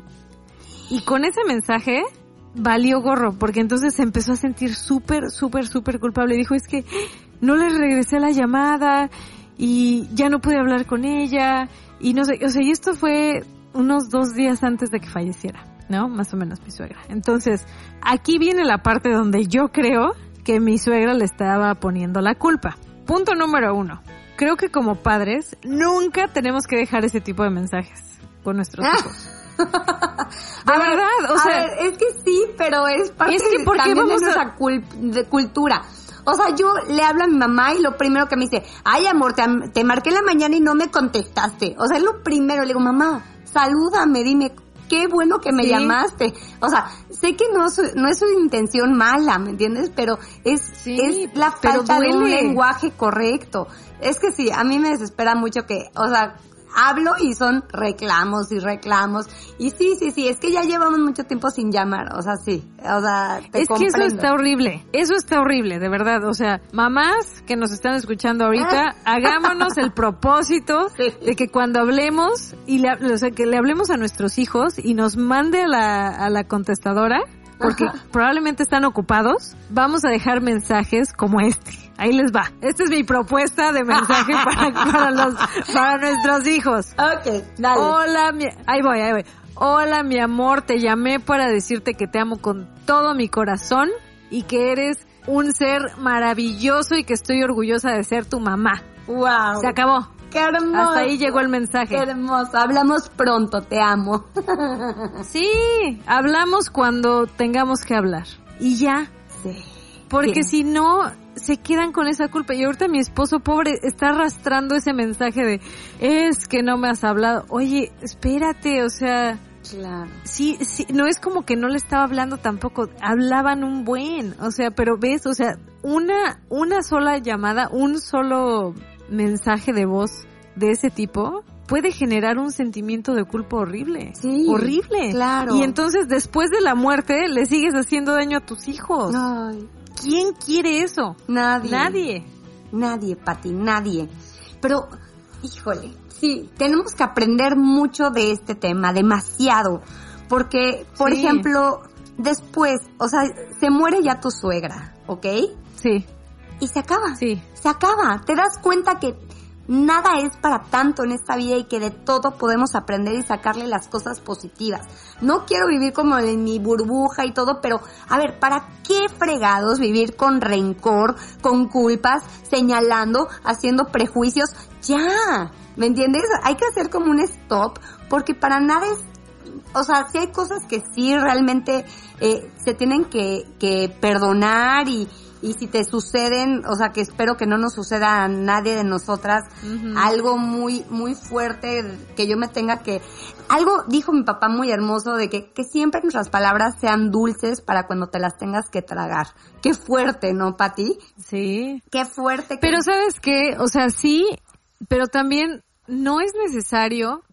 Speaker 3: Y con ese mensaje valió gorro, porque entonces se empezó a sentir súper, súper, súper culpable. Dijo, es que no le regresé la llamada y ya no pude hablar con ella. Y no sé, o sea, y esto fue unos dos días antes de que falleciera, ¿no? Más o menos mi suegra. Entonces, aquí viene la parte donde yo creo que mi suegra le estaba poniendo la culpa. Punto número uno. Creo que como padres nunca tenemos que dejar ese tipo de mensajes con nuestros hijos. De
Speaker 4: a
Speaker 3: verdad,
Speaker 4: ver,
Speaker 3: o sea...
Speaker 4: A ver, es que sí, pero es parte
Speaker 3: es que
Speaker 4: de,
Speaker 3: ¿por qué
Speaker 4: también
Speaker 3: vamos
Speaker 4: de nuestra
Speaker 3: a...
Speaker 4: cul- de cultura. O sea, yo le hablo a mi mamá y lo primero que me dice, ay amor, te, te marqué en la mañana y no me contestaste. O sea, es lo primero, le digo, mamá, salúdame, dime, qué bueno que me sí. llamaste. O sea, sé que no, no es una intención mala, ¿me entiendes? Pero es, sí, es la falta de un lenguaje correcto. Es que sí, a mí me desespera mucho que, o sea, hablo y son reclamos y reclamos. Y sí, sí, sí, es que ya llevamos mucho tiempo sin llamar. O sea, sí, o sea, te
Speaker 3: Es
Speaker 4: comprendo.
Speaker 3: que eso está horrible, eso está horrible, de verdad. O sea, mamás que nos están escuchando ahorita, hagámonos el propósito sí. de que cuando hablemos, y le, o sea, que le hablemos a nuestros hijos y nos mande a la, a la contestadora, porque Ajá. probablemente están ocupados, vamos a dejar mensajes como este. Ahí les va. Esta es mi propuesta de mensaje para, para los, para nuestros hijos.
Speaker 4: Ok, dale.
Speaker 3: Hola, mi, ahí voy, ahí voy. Hola, mi amor, te llamé para decirte que te amo con todo mi corazón y que eres un ser maravilloso y que estoy orgullosa de ser tu mamá.
Speaker 4: Wow.
Speaker 3: Se acabó.
Speaker 4: Qué hermoso.
Speaker 3: Hasta ahí llegó el mensaje.
Speaker 4: Qué hermoso. Hablamos pronto, te amo.
Speaker 3: Sí, hablamos cuando tengamos que hablar. Y ya.
Speaker 4: Sí.
Speaker 3: Porque
Speaker 4: Bien.
Speaker 3: si no, se quedan con esa culpa. Y ahorita mi esposo, pobre, está arrastrando ese mensaje de, es que no me has hablado. Oye, espérate, o sea...
Speaker 4: Claro.
Speaker 3: Sí, sí, no es como que no le estaba hablando tampoco, hablaban un buen, o sea, pero ves, o sea, una, una sola llamada, un solo mensaje de voz de ese tipo puede generar un sentimiento de culpa horrible.
Speaker 4: Sí.
Speaker 3: Horrible.
Speaker 4: Claro.
Speaker 3: Y entonces después de la muerte le sigues haciendo daño a tus hijos.
Speaker 4: Ay.
Speaker 3: ¿Quién quiere eso?
Speaker 4: Nadie.
Speaker 3: Nadie.
Speaker 4: Nadie, Pati, nadie. Pero, híjole, sí, tenemos que aprender mucho de este tema, demasiado. Porque, por
Speaker 3: sí.
Speaker 4: ejemplo, después, o sea, se muere ya tu suegra, ¿ok?
Speaker 3: Sí.
Speaker 4: Y se acaba.
Speaker 3: Sí.
Speaker 4: Se acaba. Te das cuenta que nada es para tanto en esta vida y que de todo podemos aprender y sacarle las cosas positivas. No quiero vivir como en mi burbuja y todo, pero a ver, ¿para qué fregados vivir con rencor, con culpas, señalando, haciendo prejuicios? Ya, ¿me entiendes? Hay que hacer como un stop, porque para nada es... O sea, sí hay cosas que sí realmente eh, se tienen que, que perdonar y... Y si te suceden, o sea, que espero que no nos suceda a nadie de nosotras, uh-huh. algo muy, muy fuerte, que yo me tenga que... Algo dijo mi papá muy hermoso de que, que siempre nuestras palabras sean dulces para cuando te las tengas que tragar. Qué fuerte, ¿no, Pati?
Speaker 3: Sí.
Speaker 4: Qué fuerte. Que...
Speaker 3: Pero ¿sabes qué? O sea, sí, pero también no es necesario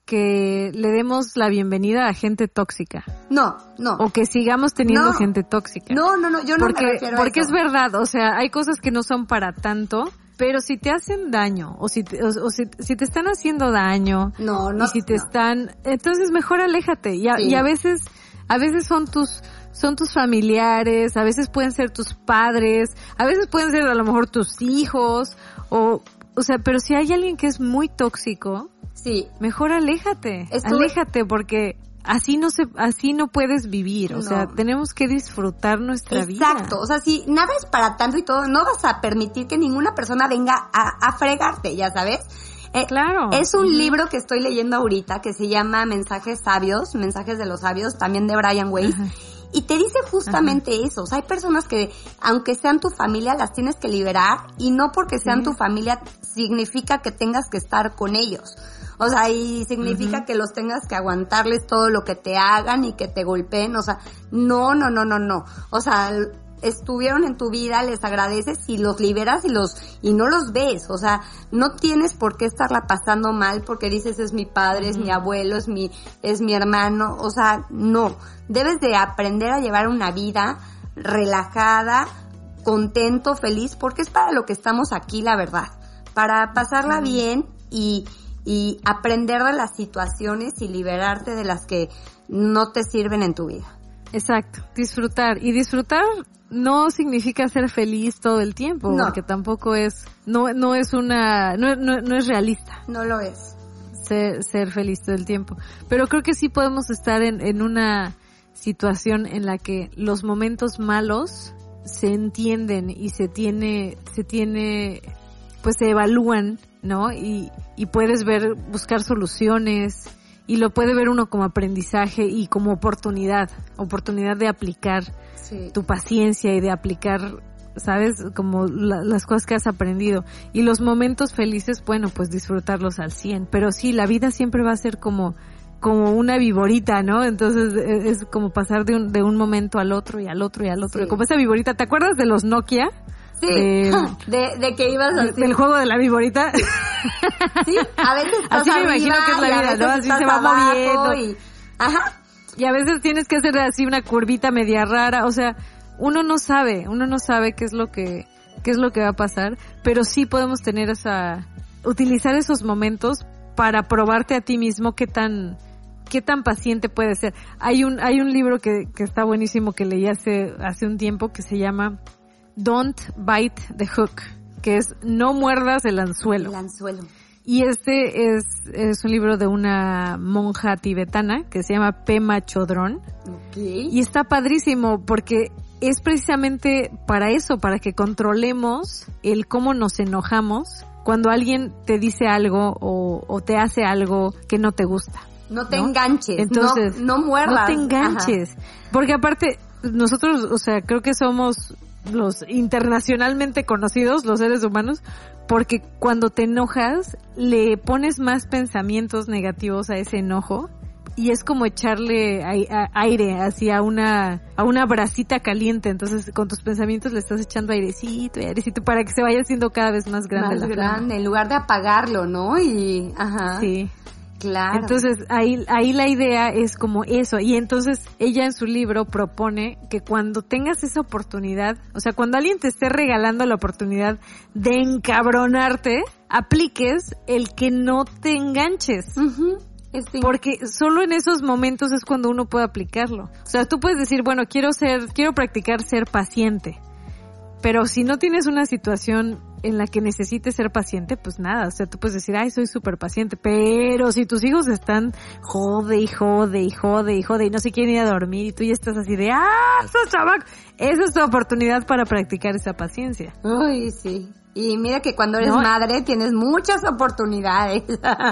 Speaker 3: que le demos la bienvenida a gente tóxica.
Speaker 4: No, no.
Speaker 3: O que sigamos teniendo
Speaker 4: no.
Speaker 3: gente tóxica.
Speaker 4: No, no, no, yo no
Speaker 3: porque,
Speaker 4: me refiero a
Speaker 3: Porque
Speaker 4: eso.
Speaker 3: es verdad, o sea, hay cosas que no son para tanto, pero si te hacen daño, o si te, o, o si, si te están haciendo daño,
Speaker 4: no, no,
Speaker 3: y si te
Speaker 4: no.
Speaker 3: están, entonces mejor aléjate. Y a,
Speaker 4: sí.
Speaker 3: y a veces, a veces son tus, son tus familiares, a veces pueden ser tus padres, a veces pueden ser a lo mejor tus hijos, o, o sea, pero si hay alguien que es muy tóxico,
Speaker 4: sí.
Speaker 3: mejor aléjate,
Speaker 4: Estuve...
Speaker 3: aléjate porque así no se, así no puedes vivir, o no. sea, tenemos que disfrutar nuestra
Speaker 4: Exacto.
Speaker 3: vida.
Speaker 4: Exacto, o sea, si nada es para tanto y todo, no vas a permitir que ninguna persona venga a, a fregarte, ya sabes. Eh,
Speaker 3: claro.
Speaker 4: Es un
Speaker 3: uh-huh.
Speaker 4: libro que estoy leyendo ahorita que se llama Mensajes Sabios, Mensajes de los Sabios, también de Brian Weiss. Uh-huh. Y te dice justamente uh-huh. eso, o sea, hay personas que, aunque sean tu familia, las tienes que liberar, y no porque sean sí. tu familia significa que tengas que estar con ellos. O sea, y significa uh-huh. que los tengas que aguantarles todo lo que te hagan y que te golpeen, o sea, no, no, no, no, no. O sea, estuvieron en tu vida, les agradeces y los liberas y los, y no los ves. O sea, no tienes por qué estarla pasando mal porque dices es mi padre, uh-huh. es mi abuelo, es mi, es mi hermano. O sea, no. Debes de aprender a llevar una vida relajada, contento, feliz, porque es para lo que estamos aquí, la verdad. Para pasarla uh-huh. bien y, y aprender de las situaciones y liberarte de las que no te sirven en tu vida.
Speaker 3: Exacto, disfrutar. Y disfrutar no significa ser feliz todo el tiempo, no. porque tampoco es, no, no es una, no, no, no es realista.
Speaker 4: No lo es.
Speaker 3: Ser, ser feliz todo el tiempo. Pero creo que sí podemos estar en, en una situación en la que los momentos malos se entienden y se tiene, se tiene, pues se evalúan, ¿no? Y, y puedes ver, buscar soluciones, y lo puede ver uno como aprendizaje y como oportunidad, oportunidad de aplicar sí. tu paciencia y de aplicar, ¿sabes? Como la, las cosas que has aprendido. Y los momentos felices, bueno, pues disfrutarlos al cien. Pero sí, la vida siempre va a ser como, como una viborita, ¿no? Entonces es, es como pasar de un, de un momento al otro y al otro y al otro. Sí. Como esa viborita, ¿te acuerdas de los Nokia?
Speaker 4: Sí, de, de, de que ibas así.
Speaker 3: Del juego de la viborita.
Speaker 4: Sí, sí, a veces estás
Speaker 3: así me
Speaker 4: arriba,
Speaker 3: imagino que es la vida, ¿no? Así se va moviendo.
Speaker 4: Y, ajá.
Speaker 3: Y a veces tienes que hacer así una curvita media rara, o sea, uno no sabe, uno no sabe qué es lo que, qué es lo que va a pasar, pero sí podemos tener esa, utilizar esos momentos para probarte a ti mismo qué tan, qué tan paciente puedes ser. Hay un, hay un libro que, que está buenísimo que leí hace, hace un tiempo que se llama Don't Bite the Hook, que es No muerdas el anzuelo.
Speaker 4: El anzuelo.
Speaker 3: Y este es, es un libro de una monja tibetana que se llama Pema Chodron.
Speaker 4: Okay.
Speaker 3: Y está padrísimo porque es precisamente para eso, para que controlemos el cómo nos enojamos cuando alguien te dice algo o, o te hace algo que no te gusta.
Speaker 4: No te
Speaker 3: ¿no?
Speaker 4: enganches,
Speaker 3: Entonces,
Speaker 4: no, no muerdas.
Speaker 3: No te enganches. Ajá. Porque aparte, nosotros, o sea, creo que somos los internacionalmente conocidos, los seres humanos, porque cuando te enojas, le pones más pensamientos negativos a ese enojo y es como echarle aire hacia una, a una brasita caliente. Entonces, con tus pensamientos le estás echando airecito y airecito para que se vaya haciendo cada vez más grande.
Speaker 4: Más
Speaker 3: la
Speaker 4: grande,
Speaker 3: flama.
Speaker 4: En lugar de apagarlo, ¿no? Y, ajá.
Speaker 3: Sí.
Speaker 4: Claro.
Speaker 3: Entonces, ahí, ahí la idea es como eso. Y entonces, ella en su libro propone que cuando tengas esa oportunidad, o sea, cuando alguien te esté regalando la oportunidad de encabronarte, apliques el que no te enganches.
Speaker 4: Uh-huh. Sí.
Speaker 3: Porque solo en esos momentos es cuando uno puede aplicarlo. O sea, tú puedes decir, bueno, quiero ser, quiero practicar ser paciente. Pero si no tienes una situación en la que necesites ser paciente, pues nada, o sea, tú puedes decir, ay, soy súper paciente, pero si tus hijos están jode y jode y jode y jode y no se quieren ir a dormir y tú ya estás así de, ah, esos chamacos, esa es tu oportunidad para practicar esa paciencia.
Speaker 4: Uy, sí. Y mira que cuando eres
Speaker 3: no.
Speaker 4: madre tienes muchas oportunidades.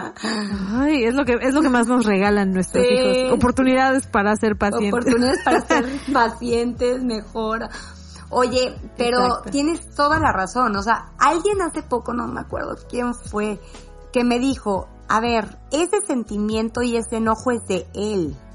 Speaker 3: Ay, es lo que es lo que más nos regalan nuestros
Speaker 4: sí.
Speaker 3: hijos, oportunidades para ser pacientes.
Speaker 4: Oportunidades para ser pacientes, mejor. Oye, pero Exacto. tienes toda la razón, o sea, alguien hace poco, no me acuerdo quién fue, que me dijo, a ver, ese sentimiento y ese enojo es de él,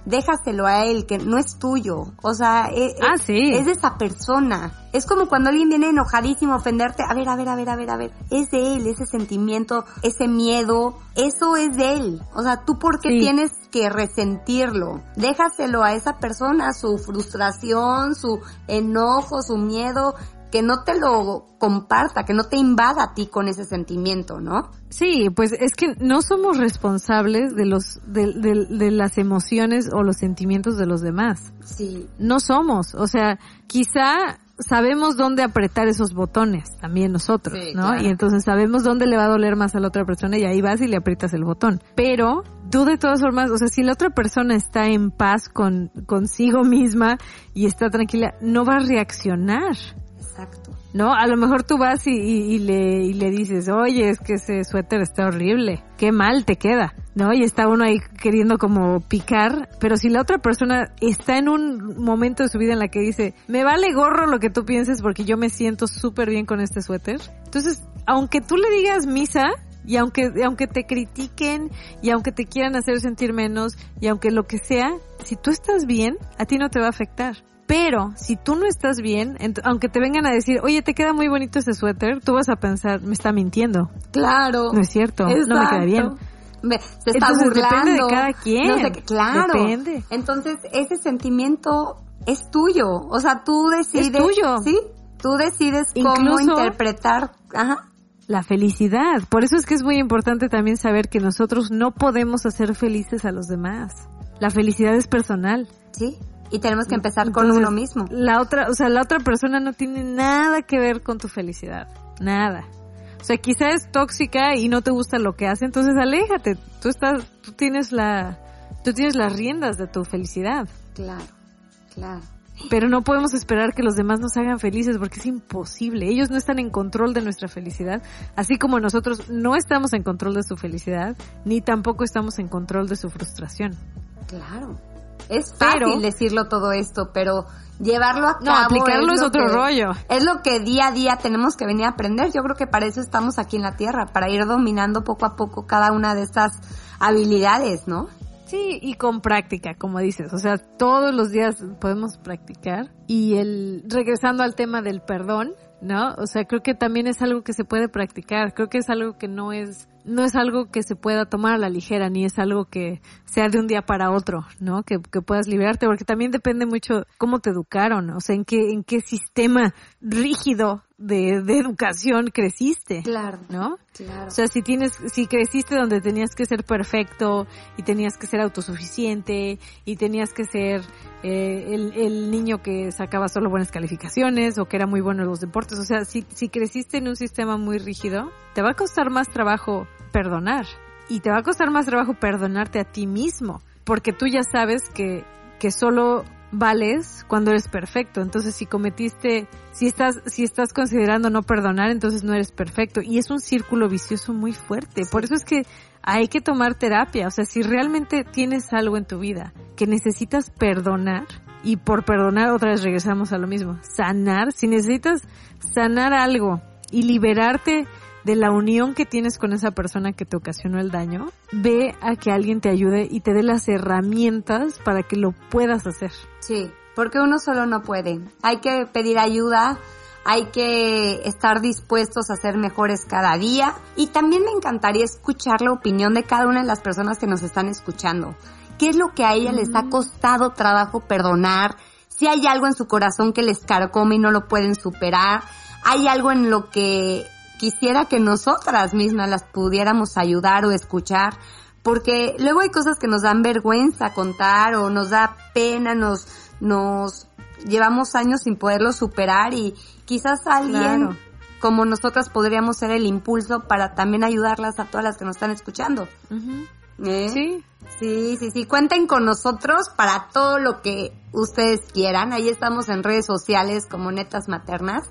Speaker 4: déjaselo a él, que no es tuyo. O sea, es,
Speaker 3: ah, sí.
Speaker 4: es de esa persona. Es como cuando alguien viene enojadísimo a ofenderte. A ver, a ver, a ver, a ver, a ver. Es de él, ese sentimiento, ese miedo. Eso es de él. O sea, ¿tú por qué sí. tienes que resentirlo? Déjaselo a esa persona, su frustración, su enojo, su miedo, que no te lo comparta, que no te invada a ti con ese sentimiento, ¿no?
Speaker 3: Sí, pues es que no somos responsables de los de, de, de las emociones o los sentimientos de los demás.
Speaker 4: Sí.
Speaker 3: No somos, o sea, quizá sabemos dónde apretar esos botones también nosotros,
Speaker 4: sí,
Speaker 3: ¿no?
Speaker 4: claro.
Speaker 3: Y entonces sabemos dónde le va a doler más a la otra persona y ahí vas y le aprietas el botón. Pero tú de todas formas, o sea, si la otra persona está en paz con consigo misma y está tranquila, no va a reaccionar.
Speaker 4: Exacto.
Speaker 3: No, a lo mejor tú vas y, y, y le y le dices, oye, es que ese suéter está horrible, qué mal te queda, ¿no? Y está uno ahí queriendo como picar, pero si la otra persona está en un momento de su vida en la que dice, me vale gorro lo que tú pienses porque yo me siento súper bien con este suéter, entonces, aunque tú le digas misa, y aunque aunque te critiquen, y aunque te quieran hacer sentir menos, y aunque lo que sea, si tú estás bien, a ti no te va a afectar. Pero si tú no estás bien, ent- aunque te vengan a decir, oye, te queda muy bonito ese suéter, tú vas a pensar, me está mintiendo.
Speaker 4: Claro.
Speaker 3: No es cierto,
Speaker 4: Exacto.
Speaker 3: no me queda bien.
Speaker 4: Me, se está
Speaker 3: Entonces,
Speaker 4: burlando.
Speaker 3: depende de cada quien.
Speaker 4: No sé qué, claro.
Speaker 3: Depende.
Speaker 4: Entonces, ese sentimiento es tuyo. O sea, tú decides.
Speaker 3: Es tuyo.
Speaker 4: Sí. Tú decides
Speaker 3: Incluso
Speaker 4: cómo interpretar. Ajá.
Speaker 3: La felicidad. Por eso es que es muy importante también saber que nosotros no podemos hacer felices a los demás. La felicidad es personal.
Speaker 4: Sí. Y tenemos que empezar
Speaker 3: Entonces,
Speaker 4: con uno mismo.
Speaker 3: La otra, o sea, la otra persona no tiene nada que ver con tu felicidad. Nada. O sea, quizá es tóxica y no te gusta lo que hace, entonces aléjate. Tú estás, tú tienes la, tú tienes las riendas de tu felicidad.
Speaker 4: Claro, claro.
Speaker 3: Pero no podemos esperar que los demás nos hagan felices porque es imposible. Ellos no están en control de nuestra felicidad, así como nosotros no estamos en control de su felicidad, ni tampoco estamos en control de su frustración.
Speaker 4: Claro. Es fácil
Speaker 3: pero,
Speaker 4: decirlo todo esto, pero llevarlo a cabo.
Speaker 3: No, aplicarlo es,
Speaker 4: es
Speaker 3: otro
Speaker 4: que,
Speaker 3: rollo.
Speaker 4: Es lo que día a día tenemos que venir a aprender. Yo creo que para eso estamos aquí en la Tierra, para ir dominando poco a poco cada una de estas habilidades, ¿no?
Speaker 3: Sí, y con práctica, como dices. O sea, todos los días podemos practicar. Y el regresando al tema del perdón, ¿no? O sea, creo que también es algo que se puede practicar. Creo que es algo que no es no es algo que se pueda tomar a la ligera, ni es algo que sea de un día para otro, ¿no? Que, que puedas liberarte, porque también depende mucho cómo te educaron, o sea, en qué en qué sistema rígido de, de educación creciste.
Speaker 4: Claro.
Speaker 3: ¿No?
Speaker 4: Claro.
Speaker 3: O sea, si tienes, si creciste donde tenías que ser perfecto y tenías que ser autosuficiente y tenías que ser eh, el, el niño que sacaba solo buenas calificaciones o que era muy bueno en los deportes, o sea, si, si creciste en un sistema muy rígido, te va a costar más trabajo perdonar y te va a costar más trabajo perdonarte a ti mismo, porque tú ya sabes que, que solo vales cuando eres perfecto. Entonces, si cometiste, si estás, si estás considerando no perdonar, entonces no eres perfecto. Y es un círculo vicioso muy fuerte. Sí. Por eso es que hay que tomar terapia. O sea, si realmente tienes algo en tu vida que necesitas perdonar, y por perdonar otra vez regresamos a lo mismo, sanar, si necesitas sanar algo y liberarte de la unión que tienes con esa persona que te ocasionó el daño, ve a que alguien te ayude y te dé las herramientas para que lo puedas hacer.
Speaker 4: Sí, porque uno solo no puede. Hay que pedir ayuda, hay que estar dispuestos a ser mejores cada día. Y también me encantaría escuchar la opinión de cada una de las personas que nos están escuchando. ¿Qué es lo que a ella mm. les ha costado trabajo perdonar? Si hay algo en su corazón que les carcome y no lo pueden superar. Hay algo en lo que quisiera que nosotras mismas las pudiéramos ayudar o escuchar, porque luego hay cosas que nos dan vergüenza contar o nos da pena, nos nos llevamos años sin poderlo superar y quizás alguien claro. como nosotras podríamos ser el impulso para también ayudarlas a todas las que nos están escuchando.
Speaker 3: Uh-huh.
Speaker 4: ¿Eh?
Speaker 3: Sí.
Speaker 4: Sí, sí, sí. Cuenten con nosotros para todo lo que ustedes quieran. Ahí estamos en redes sociales como Netas Maternas.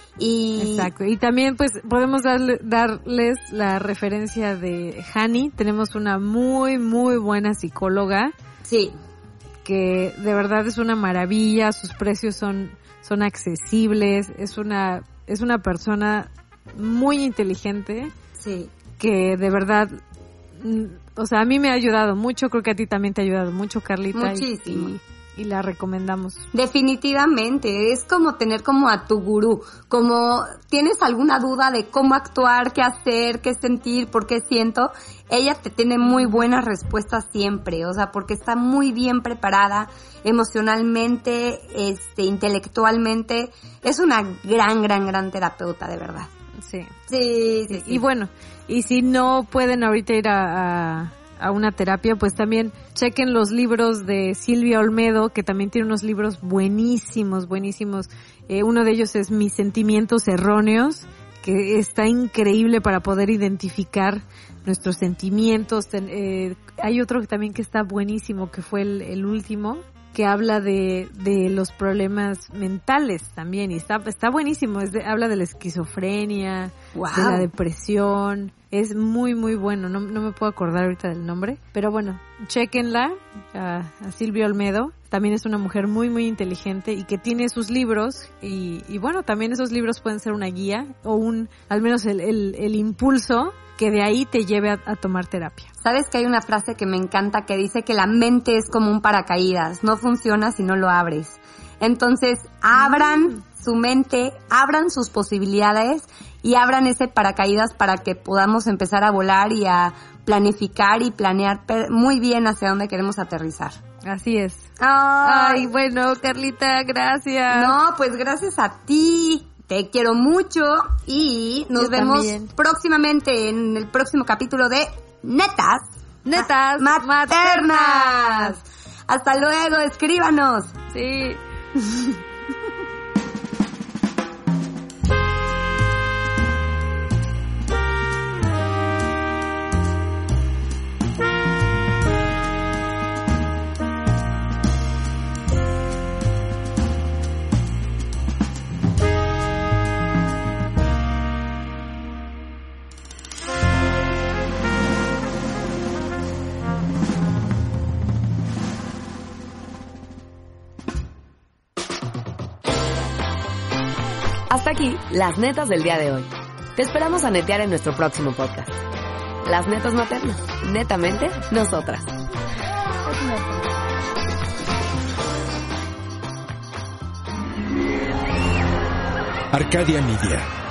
Speaker 4: Y
Speaker 3: exacto, y también pues podemos darle, darles la referencia de Hani. Tenemos una muy muy buena psicóloga,
Speaker 4: sí,
Speaker 3: que de verdad es una maravilla. Sus precios son son accesibles, es una es una persona muy inteligente,
Speaker 4: sí,
Speaker 3: que de verdad o sea, a mí me ha ayudado mucho, creo que a ti también te ha ayudado mucho, Carlita.
Speaker 4: Muchísimo.
Speaker 3: Y, y, y la recomendamos.
Speaker 4: Definitivamente, es como tener como a tu gurú, como tienes alguna duda de cómo actuar, qué hacer, qué sentir, por qué siento, ella te tiene muy buenas respuestas siempre, o sea, porque está muy bien preparada emocionalmente, este, intelectualmente, es una gran, gran, gran terapeuta, de verdad.
Speaker 3: Sí.
Speaker 4: Sí, sí, sí.
Speaker 3: Y bueno, y si no pueden ahorita ir a, a, a una terapia, pues también chequen los libros de Silvia Olmedo, que también tiene unos libros buenísimos, buenísimos. Eh, uno de ellos es Mis sentimientos erróneos, que está increíble para poder identificar nuestros sentimientos. Eh, hay otro que también que está buenísimo, que fue el, el último, que habla de, de los problemas mentales también, y está, está buenísimo, es de, habla de la esquizofrenia, wow, de la depresión, es muy muy bueno, no, no me puedo acordar ahorita del nombre, pero bueno, chéquenla, a, a Silvia Olmedo, también es una mujer muy muy inteligente y que tiene sus libros, y, y bueno, también esos libros pueden ser una guía, o un, al menos el, el, el impulso que de ahí te lleve a, a tomar terapia.
Speaker 4: ¿Sabes que hay una frase que me encanta que dice que la mente es como un paracaídas, no funciona si no lo abres? Entonces, abran mm. su mente, abran sus posibilidades y abran ese paracaídas para que podamos empezar a volar y a planificar y planear muy bien hacia dónde queremos aterrizar.
Speaker 3: Así es.
Speaker 4: Ay,
Speaker 3: Ay bueno, Carlita, gracias.
Speaker 4: No, pues gracias a ti. Te quiero mucho y nos Yo vemos también. próximamente en el próximo capítulo de Netas,
Speaker 3: Netas
Speaker 4: ma- Maternas. Hasta luego, escríbanos.
Speaker 3: Sí.
Speaker 2: Hasta aquí, las netas del día de hoy. Te esperamos a netear en nuestro próximo podcast. Las netas maternas. Netamente, nosotras.
Speaker 1: Arcadia Media.